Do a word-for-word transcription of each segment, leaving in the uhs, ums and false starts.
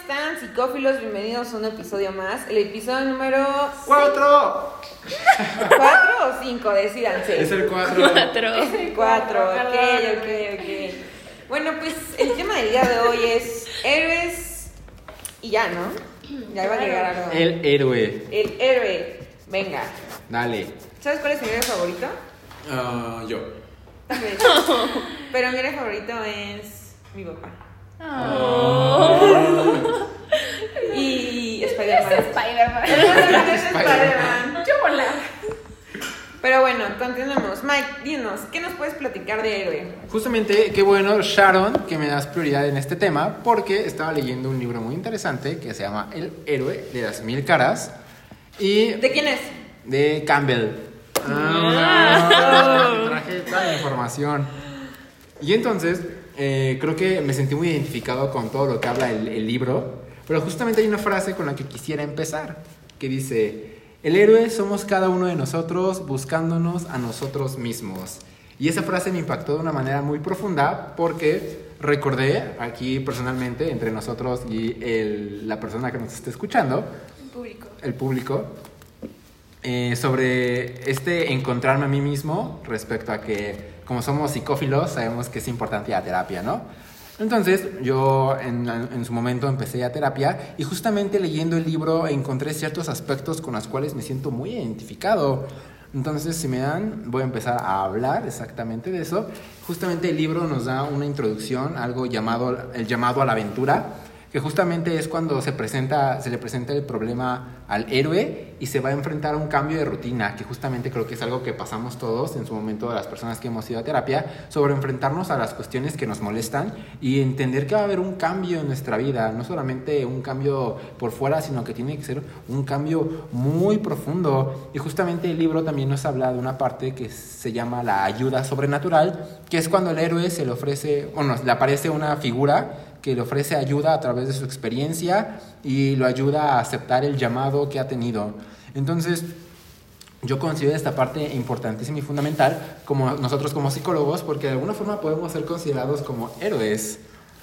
están, psicófilos? Bienvenidos a un episodio más. El episodio número... ¡Cuatro! ¿Cuatro o cinco? Decídanse. Es el cuatro. Cuatro. Es el cuatro, ok, ok, ok. Bueno, pues el tema del día de hoy es héroes y ya, ¿no? Ya iba a llegar algo. El héroe. El héroe. Venga. Dale. ¿Sabes cuál es mi héroe favorito? Uh, yo. Tal vez. Pero mi héroe favorito es mi papá. Oh. Y Spider-Man. Spider-Man. Es Spider-Man. Yo volar. Pero bueno, continuemos. Mike, dinos, ¿qué nos puedes platicar de héroe? Justamente, qué bueno, Sharon, que me das prioridad en este tema, porque estaba leyendo un libro muy interesante que se llama El héroe de las mil caras. Y ¿De quién es? de Campbell. Ah, traje toda la información. Y entonces, eh, creo que me sentí muy identificado con todo lo que habla el, el libro. Pero justamente hay una frase con la que quisiera empezar, que dice: el héroe somos cada uno de nosotros buscándonos a nosotros mismos. Y esa frase me impactó de una manera muy profunda porque recordé aquí personalmente entre nosotros y el, la persona que nos esté escuchando, El público. el público, eh, sobre este encontrarme a mí mismo respecto a que como somos psicófilos sabemos que es importante la terapia, ¿no? Entonces yo en, en su momento empecé a terapia y justamente leyendo el libro encontré ciertos aspectos con los cuales me siento muy identificado. Entonces, si me dan, voy a empezar a hablar exactamente de eso. Justamente el libro nos da una introducción, algo llamado el llamado a la aventura, que justamente es cuando se presenta, se le presenta el problema al héroe y se va a enfrentar a un cambio de rutina, que justamente creo que es algo que pasamos todos en su momento de las personas que hemos ido a terapia, sobre enfrentarnos a las cuestiones que nos molestan y entender que va a haber un cambio en nuestra vida, no solamente un cambio por fuera, sino que tiene que ser un cambio muy profundo. Y justamente el libro también nos habla de una parte que se llama la ayuda sobrenatural, que es cuando el héroe se le ofrece, bueno, le aparece una figura que le ofrece ayuda a través de su experiencia y lo ayuda a aceptar el llamado que ha tenido. Entonces, yo considero esta parte importantísima y fundamental como nosotros como psicólogos, porque de alguna forma podemos ser considerados como héroes.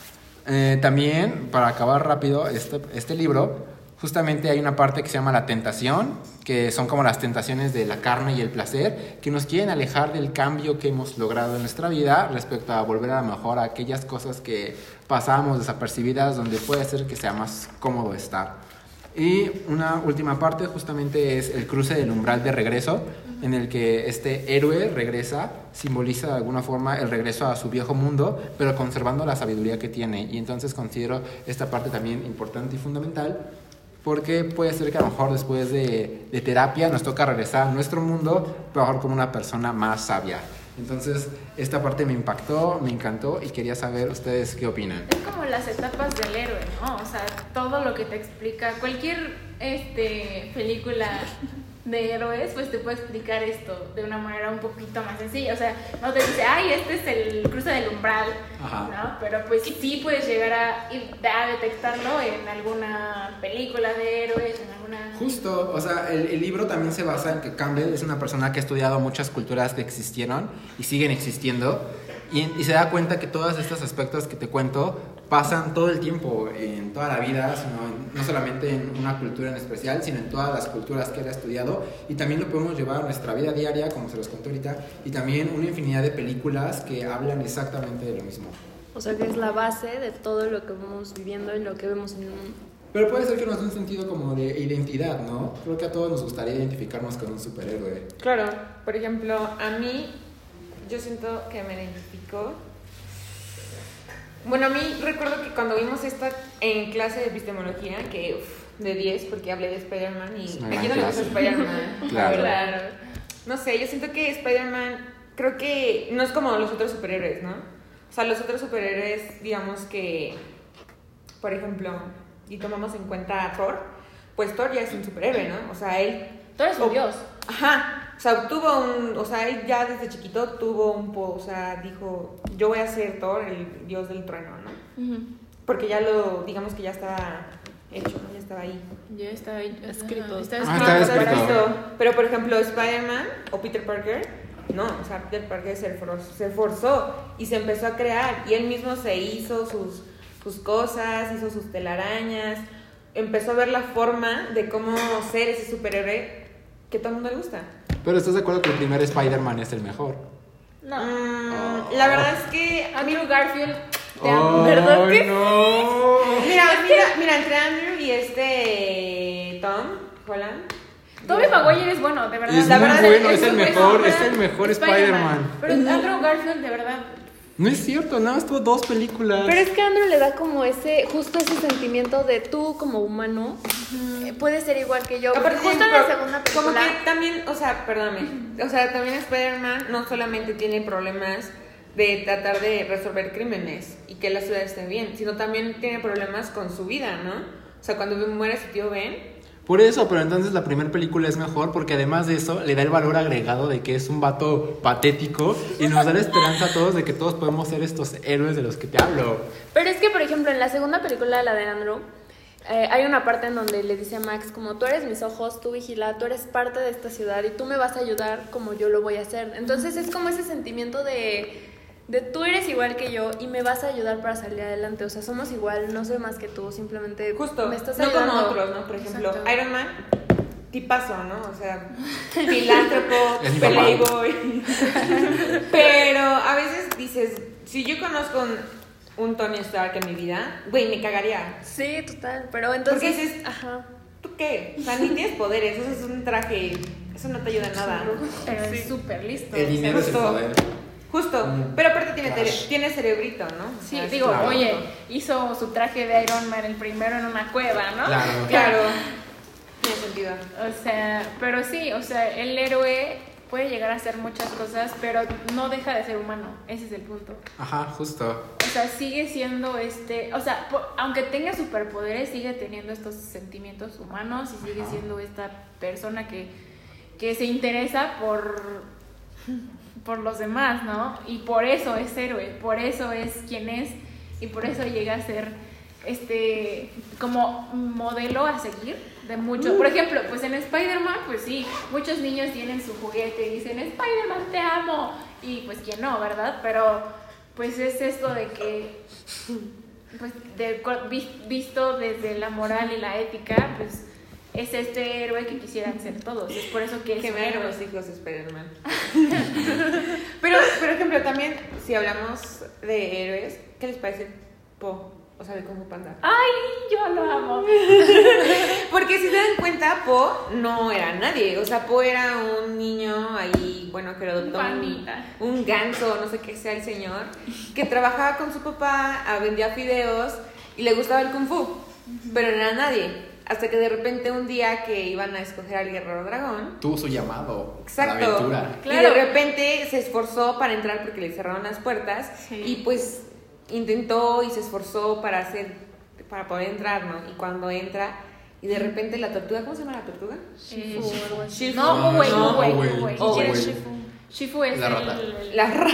Eh, también, para acabar rápido este, este libro, justamente hay una parte que se llama la tentación, que son como las tentaciones de la carne y el placer, que nos quieren alejar del cambio que hemos logrado en nuestra vida respecto a volver a lo mejor a aquellas cosas que pasábamos desapercibidas, donde puede ser que sea más cómodo estar. Y una última parte justamente es el cruce del umbral de regreso, en el que este héroe regresa, simboliza de alguna forma el regreso a su viejo mundo, pero conservando la sabiduría que tiene. Y entonces considero esta parte también importante y fundamental, porque puede ser que a lo mejor después de, de terapia nos toca regresar a nuestro mundo, pero mejor como una persona más sabia. Entonces, esta parte me impactó, me encantó y quería saber ustedes qué opinan. Es como las etapas del héroe, ¿no? O sea, todo lo que te explica cualquier este, película de héroes, pues te puede explicar esto de una manera un poquito más sencilla. O sea, no te dice, ay, este es el cruce del umbral, Ajá. ¿no? Pero pues sí puedes llegar a, a detectarlo en alguna película de héroes, en alguna... Justo, o sea, el, el libro también se basa en que Campbell es una persona que ha estudiado muchas culturas que existieron y siguen existiendo, y, y se da cuenta que todos estos aspectos que te cuento pasan todo el tiempo en toda la vida, sino no solamente en una cultura en especial, sino en todas las culturas que él ha estudiado, y también lo podemos llevar a nuestra vida diaria, como se los conté ahorita, y también una infinidad de películas que hablan exactamente de lo mismo. O sea, que es la base de todo lo que vamos viviendo y lo que vemos en el mundo. Pero puede ser que nos dé un sentido como de identidad, ¿no? Creo que a todos nos gustaría identificarnos con un superhéroe. Claro, por ejemplo, a mí, yo siento que me identifico. Bueno, a mí recuerdo que cuando vimos esta en clase de epistemología, que uf, de diez, porque hablé de Spider-Man y Es una aquí gran no me gusta clase. Spider-Man. Claro. Claro. No sé, yo siento que Spider-Man, creo que no es como los otros superhéroes, ¿no? O sea, los otros superhéroes, digamos que, por ejemplo, y tomamos en cuenta a Thor, pues Thor ya es un superhéroe, ¿no? O sea, él... Thor es un o, dios. Ajá, o sea, tuvo un... O sea, él ya desde chiquito tuvo un... po- O sea, dijo, yo voy a ser Thor, el dios del trueno, ¿no? Uh-huh. Porque ya lo, digamos que ya estaba hecho, ¿no? Ya estaba ahí. Ya está ahí, Escrito. Está Ah, escrito. está Está escrito. escrito. Pero, por ejemplo, Spider-Man o Peter Parker, no, o sea, Peter Parker se esforzó, se esforzó y se empezó a crear y él mismo se hizo sus sus cosas, hizo sus telarañas, empezó a ver la forma de cómo ser ese superhéroe que todo el mundo le gusta. Pero ¿estás de acuerdo que el primer Spider-Man es el mejor? No. Mm, Oh. La verdad es que Andrew Garfield, te ¡Ay, amo. ¿Verdad que no! Mira, mira, mira, entre Andrew y este Tom Holland. Tobey Maguire es bueno, de verdad. Es La muy verdad bueno, es es el muy mejor, bueno. es el mejor Spider-Man. Pero Andrew Garfield, de verdad. No es cierto, nada más tuvo dos películas. Pero es que Andrew le da como ese, justo ese sentimiento de tú como humano, eh, puedes ser igual que yo. Porque Aparte, justo en la pero segunda como película, que también, o sea, perdóname, o sea, también Spider-Man no solamente tiene problemas de tratar de resolver crímenes y que la ciudad esté bien, sino también tiene problemas con su vida, ¿no? O sea, cuando muere su tío Ben. Por eso, pero entonces la primera película es mejor porque además de eso le da el valor agregado de que es un vato patético y nos da la esperanza a todos de que todos podemos ser estos héroes de los que te hablo. pero es que por ejemplo en la segunda película, la de Andrew, eh, hay una parte en donde le dice a Max como tú eres mis ojos, tú vigila, tú eres parte de esta ciudad y tú me vas a ayudar como yo lo voy a hacer. Entonces es como ese sentimiento de... de tú eres igual que yo y me vas a ayudar para salir adelante. O sea, somos igual, no soy más que tú, simplemente Justo, me estás no ayudando. como otros, ¿no? Por ejemplo, Exacto. Iron Man, tipazo, ¿no? O sea, filántropo, Es mi papá. playboy. Pero a veces dices, si yo conozco un, un Tony Stark en mi vida, güey, me cagaría. Sí, total, pero entonces... Porque dices, ajá. ¿tú qué? O sea, ni tienes poderes, eso es un traje, eso no te ayuda en nada. Pero es súper listo. El dinero es el justo. poder. Justo, Mm. pero aparte tiene, Cash. cere- tiene cerebrito, ¿no? O Sí, sea, es digo, claro. oye, hizo su traje de Iron Man el primero en una cueva, ¿no? Claro. Claro, tiene sentido. O sea, pero sí, o sea, el héroe puede llegar a hacer muchas cosas, pero no deja de ser humano, ese es el punto. Ajá, justo. O sea, sigue siendo este, o sea, po- aunque tenga superpoderes, sigue teniendo estos sentimientos humanos y sigue Ajá. siendo esta persona que, que se interesa por, por los demás, ¿no? Y por eso es héroe, por eso es quien es y por eso llega a ser este como modelo a seguir de muchos. Por ejemplo, pues en Spider-Man, pues sí, muchos niños tienen su juguete y dicen, Spider-Man, te amo. Y pues quién no, ¿verdad? Pero pues es esto de que, pues de- vis- visto desde la moral y la ética, pues es este héroe que quisieran ser todos. Es por eso que es Que un me hagan héroe. los hijos de Spider-Man. Pero, por ejemplo, también, si hablamos de héroes, ¿qué les parece Po? O sea, de Kung Fu Panda. ¡Ay, yo lo amo! Porque si se dan cuenta, Po no era nadie. O sea, Po era un niño ahí, bueno, que lo adoptó Un un, pandita. un ganso, no sé qué sea el señor, que trabajaba con su papá, ah, vendía fideos y le gustaba el Kung Fu, pero no era nadie. Hasta que de repente un día que iban a escoger al guerrero dragón, Tuvo su llamado exacto, a la aventura. y Claro. de repente se esforzó para entrar porque le cerraron las puertas Sí. y pues intentó y se esforzó para hacer, para poder entrar, ¿no? Y cuando entra y de repente la tortuga, ¿cómo se llama la tortuga? Eh, Shifu o algo así. Shifu. No, Uwei, No, Uwei, Uwei. Uwei. Oh, ¿Quién Uwei. es Shifu? Shifu es La el, rata. el- La rata.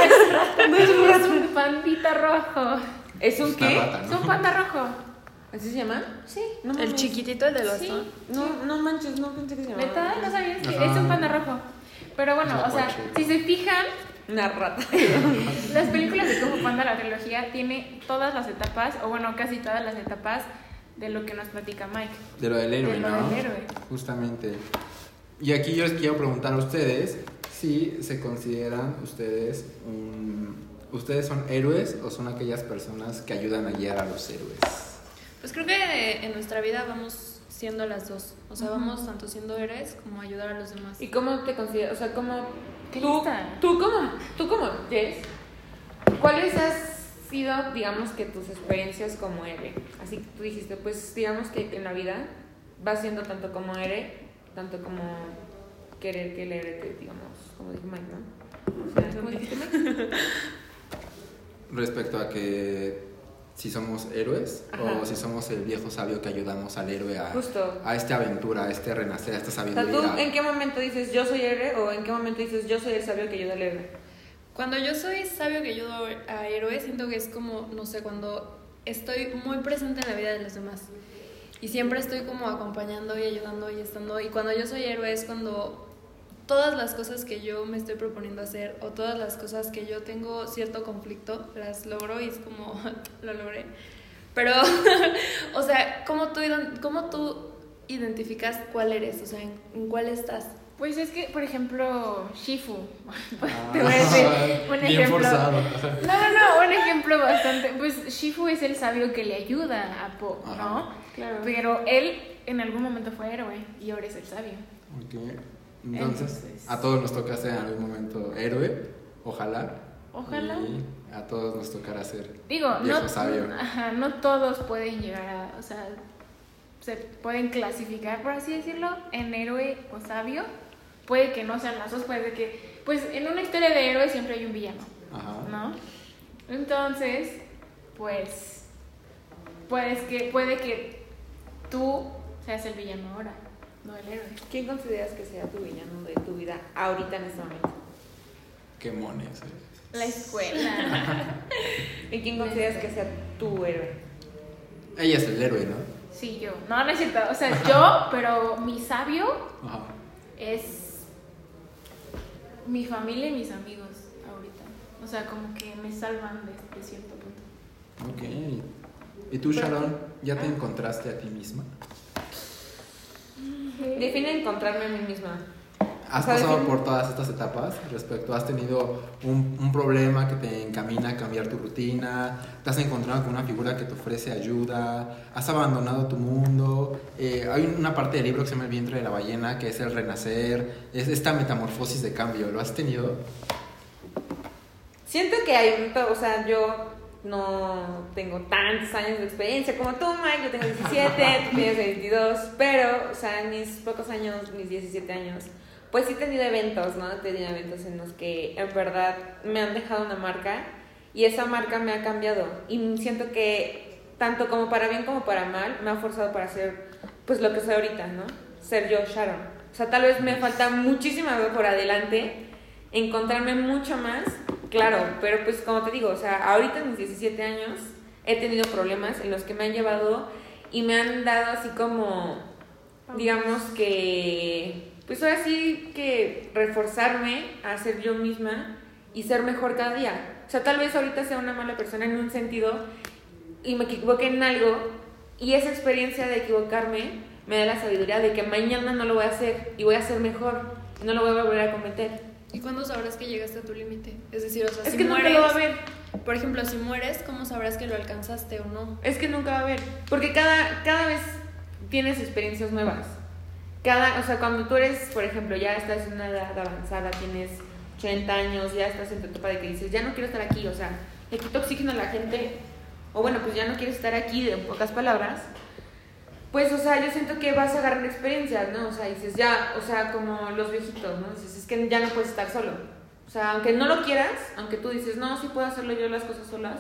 es un pandita rojo. ¿Es un Es una qué? rata, Es ¿no? un panda rojo. ¿Así se llama? Sí. No El mames. chiquitito, el de los Sí. ¿no? No, no manches, no pensé que se llamaba. ¿Neta? ¿No sabías que Ajá. es un panda rojo? Pero bueno, Es o sea, mapache. si se fijan, Una rata. las películas de Kung Fu Panda, la trilogía, tiene todas las etapas, o bueno, casi todas las etapas de lo que nos platica Mike. De lo del héroe, De lo ¿no? del héroe. Justamente. Y aquí yo les quiero preguntar a ustedes si se consideran ustedes un- ustedes son héroes o son aquellas personas que ayudan a guiar a los héroes. Pues creo que en nuestra vida vamos siendo las dos. O sea, Ujú. vamos tanto siendo héroes como ayudar a los demás. ¿Y cómo te consideras? O sea, ¿cómo Qué tú, lista. tú como, tú como Jess, ¿cuáles has sido, digamos, que tus experiencias como héroe? Así que tú dijiste, pues, digamos que en la vida vas siendo tanto como héroe, tanto como querer que el héroe te, digamos, como dijo Mike, ¿no? O sea, ¿cómo dijiste, Mike? Respecto a que si somos héroes Ajá. o si somos el viejo sabio que ayudamos al héroe a, Justo. a esta aventura, a este renacer, a esta O sea, sabiduría. ¿tú en qué momento dices yo soy héroe o en qué momento dices yo soy el sabio que ayuda al héroe? Cuando yo soy sabio que ayudo a héroes, siento que es como, no sé, cuando estoy muy presente en la vida de los demás. Y siempre estoy como acompañando y ayudando y estando. Y cuando yo soy héroe es cuando todas las cosas que yo me estoy proponiendo hacer o todas las cosas que yo tengo cierto conflicto, las logro y es como, lo logré. Pero, o sea, ¿cómo tú, ident- ¿cómo tú identificas cuál eres? O sea, ¿en, en cuál estás? Pues es que, por ejemplo, Shifu. Ah, Te voy a decir un bien ejemplo. forzado. No, no, no, un ejemplo bastante. Pues Shifu es el sabio que le ayuda a Po, ¿no? Ajá. Claro. Pero él en algún momento fue héroe y ahora es el sabio. Ok. Entonces, Entonces- a todos nos toca ser en algún momento héroe, ojalá. Ojalá. Y a todos nos tocará ser Digo, viejo no, sabio. ajá, no todos pueden llegar a, o sea, se pueden clasificar, por así decirlo, en héroe o sabio. Puede que no sean las dos, puede que, pues en una historia de héroe siempre hay un villano, Ajá. ¿no? Entonces, pues, puedes que, puede que tú seas el villano ahora, no el héroe. ¿Quién consideras que sea tu villano de tu vida ahorita en este momento? Qué mones. eh. La escuela. ¿Y quién consideras que sea tu héroe? Ella es el héroe, ¿no? Sí, yo. No, no es cierto. O sea, yo, pero mi sabio Ajá. es mi familia y mis amigos ahorita. O sea, como que me salvan de, de cierto punto. Ok. ¿Y tú, Sharon, ya te encontraste a ti misma? Define encontrarme a mí misma. ¿Has O sea, pasado define- por todas estas etapas respecto? ¿Has tenido un, un problema que te encamina a cambiar tu rutina? ¿Te has encontrado con una figura que te ofrece ayuda? ¿Has abandonado tu mundo? Eh, hay una parte del libro que se llama El vientre de la ballena, que es el renacer, es esta metamorfosis de cambio. ¿Lo has tenido? Siento que hay, un to- o sea, yo no tengo tantos años de experiencia como tú, Mike. Yo tengo diecisiete, tú tienes veintidós, pero, o sea, en mis pocos años, mis diecisiete años, pues sí he tenido eventos, ¿no? He tenido eventos en los que en verdad me han dejado una marca y esa marca me ha cambiado. Y siento que tanto como para bien como para mal me ha forzado para ser, pues, lo que soy ahorita, ¿no? Ser yo, Sharon. O sea, tal vez me falta muchísima por adelante, encontrarme mucho más, claro, pero pues como te digo, o sea, ahorita en mis diecisiete años he tenido problemas en los que me han llevado y me han dado así como, digamos que, pues ahora sí que reforzarme a ser yo misma y ser mejor cada día. O sea, tal vez ahorita sea una mala persona en un sentido y me equivoqué en algo y esa experiencia de equivocarme me da la sabiduría de que mañana no lo voy a hacer y voy a ser mejor y no lo voy a volver a cometer. ¿Y cuándo sabrás que llegaste a tu límite? Es decir, o sea, Es si que nunca mueres, lo va a ver. por ejemplo, si mueres, ¿cómo sabrás que lo alcanzaste o no? Es que nunca va a haber. Porque cada, cada vez tienes experiencias nuevas. Cada, o sea, cuando tú eres, por ejemplo, ya estás en una edad avanzada, tienes ochenta años, ya estás en tu etapa de que dices, ya no quiero estar aquí, o sea, le quito oxígeno a la gente, o bueno, pues ya no quieres estar aquí, en pocas palabras. Pues, o sea, yo siento que vas a agarrar experiencias, ¿no? O sea, dices, ya, o sea, como los viejitos, ¿no? Dices, es que ya no puedes estar solo. O sea, aunque no lo quieras, aunque tú dices, no, sí puedo hacerlo yo las cosas solas,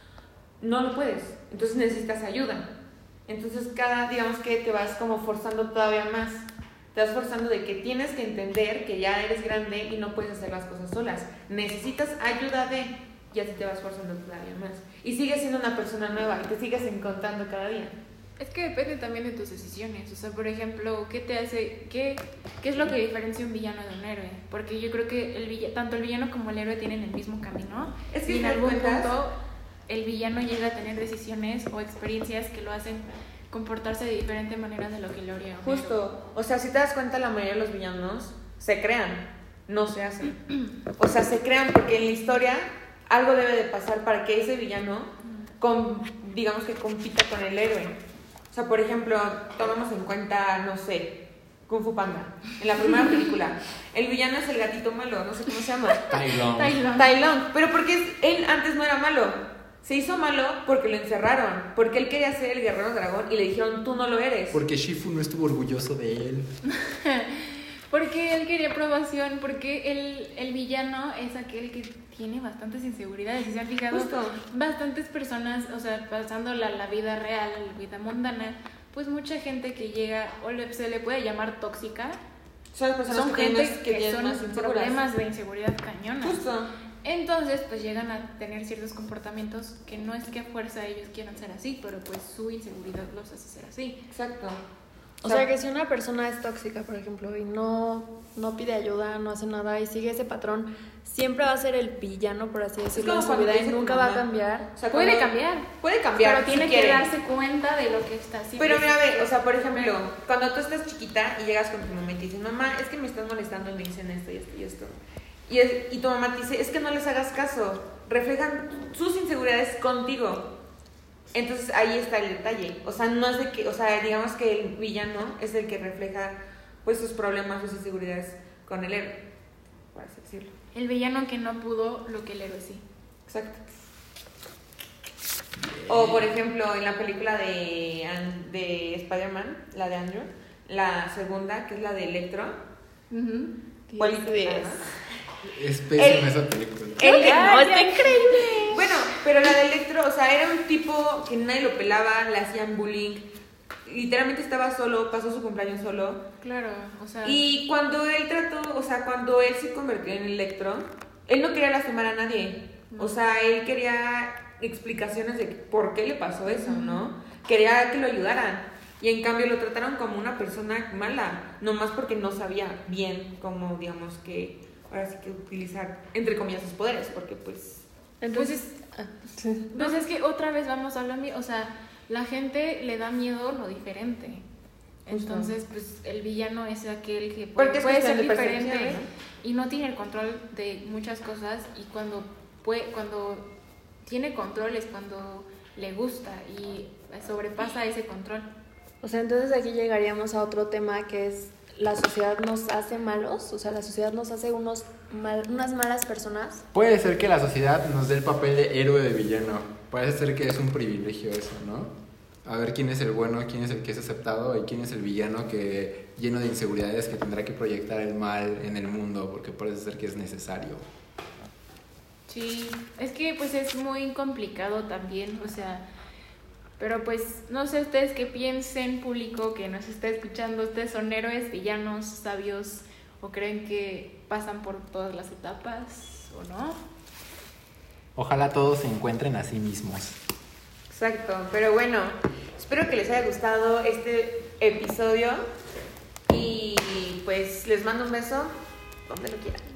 no lo puedes. Entonces necesitas ayuda. Entonces, cada, digamos que te vas como forzando todavía más. Te vas forzando de que tienes que entender que ya eres grande y no puedes hacer las cosas solas. Necesitas ayuda de, y así te vas forzando todavía más. Y sigues siendo una persona nueva y te sigues encontrando cada día. Es que depende también de tus decisiones. O sea, por ejemplo, ¿qué te hace, qué, qué es lo que diferencia un villano de un héroe? Porque yo creo que el villa, tanto el villano como el héroe tienen el mismo camino. Es que y en ¿te das algún cuenta? punto el villano llega a tener decisiones o experiencias que lo hacen comportarse de diferente manera de lo que lo haría un héroe. Justo, o sea, si te das cuenta, la mayoría de los villanos se crean, no se hacen. O sea, se crean porque en la historia algo debe de pasar para que ese villano, con, digamos que compita con el héroe. O sea, por ejemplo, tomemos en cuenta, no sé, Kung Fu Panda. En la primera película, el villano es el gatito malo, no sé cómo se llama. Tai Lung. Tai Lung. Tai Lung. Pero porque él antes no era malo. Se hizo malo porque lo encerraron. Porque él quería ser el guerrero dragón y le dijeron, tú no lo eres. Porque Shifu no estuvo orgulloso de él. Porque él quería aprobación, porque el, el villano es aquel que tiene bastantes inseguridades. Si se han fijado, Justo. bastantes personas, o sea, pasando la, la vida real, la vida mundana, pues mucha gente que llega, o le- se le puede llamar tóxica, Son las personas son que, gente tienen- que, tienen son más inseguras. problemas de inseguridad cañonas. Justo. Entonces, pues llegan a tener ciertos comportamientos que no es que a fuerza ellos quieran ser así, pero pues su inseguridad los hace ser así. Exacto. O sea, que si una persona es tóxica, por ejemplo, y no, no pide ayuda, no hace nada y sigue ese patrón, siempre va a ser el villano, por así decirlo, como en su cuando vida te y dice tu nunca va a mamá. cambiar. O sea, Puede cuando- cambiar. Puede cambiar, Pero tiene si que quiere. darse cuenta de lo que está haciendo. Pero mira, ve, o sea, por ejemplo, cuando tú estás chiquita y llegas con tu mamá y te dicen, mamá, es que me están molestando y me dicen esto y esto y esto. Y, es- y tu mamá te dice, es que no les hagas caso. Reflejan sus inseguridades contigo. Entonces ahí está el detalle. O sea, no es de que, o sea, digamos que el villano es el que refleja pues sus problemas, sus inseguridades con el héroe, por así decirlo. El villano que no pudo lo que el héroe sí. Exacto. O por ejemplo, en la película de, An- de Spider-Man, la de Andrew, la segunda, que es la de Electro. ¿Cuál es? Ajá. Es pésima El- esa película. El- No, está increíble. Bueno, pero la de Electro, o sea, era un tipo que nadie lo pelaba, le hacían bullying. Literalmente estaba solo, pasó su cumpleaños solo. Claro, o sea. Y cuando él trató, o sea, cuando él se convirtió en Electro, él no quería lastimar a nadie. O sea, él quería explicaciones de por qué le pasó eso, ¿no? Quería que lo ayudaran. Y en cambio lo trataron como una persona mala, nomás porque no sabía bien cómo, digamos, que ahora sí que utilizar, entre comillas, sus poderes, porque pues... Entonces, ah, sí. Pues es que otra vez vamos a hablar, o sea, la gente le da miedo lo diferente. Justo. Entonces, pues el villano es aquel que puede, Porque es puede ser cuestión de diferente percepción, y no tiene el control de muchas cosas y cuando puede, cuando tiene control es cuando le gusta y sobrepasa ese control. O sea, entonces aquí llegaríamos a otro tema que es la sociedad nos hace malos, o sea, la sociedad nos hace unos mal- unas malas personas. Puede ser que la sociedad nos dé el papel de héroe de villano. Puede ser que es un privilegio eso, ¿no? A ver quién es el bueno, quién es el que es aceptado y quién es el villano que lleno de inseguridades que tendrá que proyectar el mal en el mundo porque parece ser que es necesario. Sí, es que pues es muy complicado también, o sea, pero pues no sé ustedes qué piensen, público que nos está escuchando, ustedes son héroes, villanos, sabios o creen que pasan por todas las etapas o no. Ojalá todos se encuentren a sí mismos. Exacto, pero bueno, espero que les haya gustado este episodio y pues les mando un beso donde lo quieran.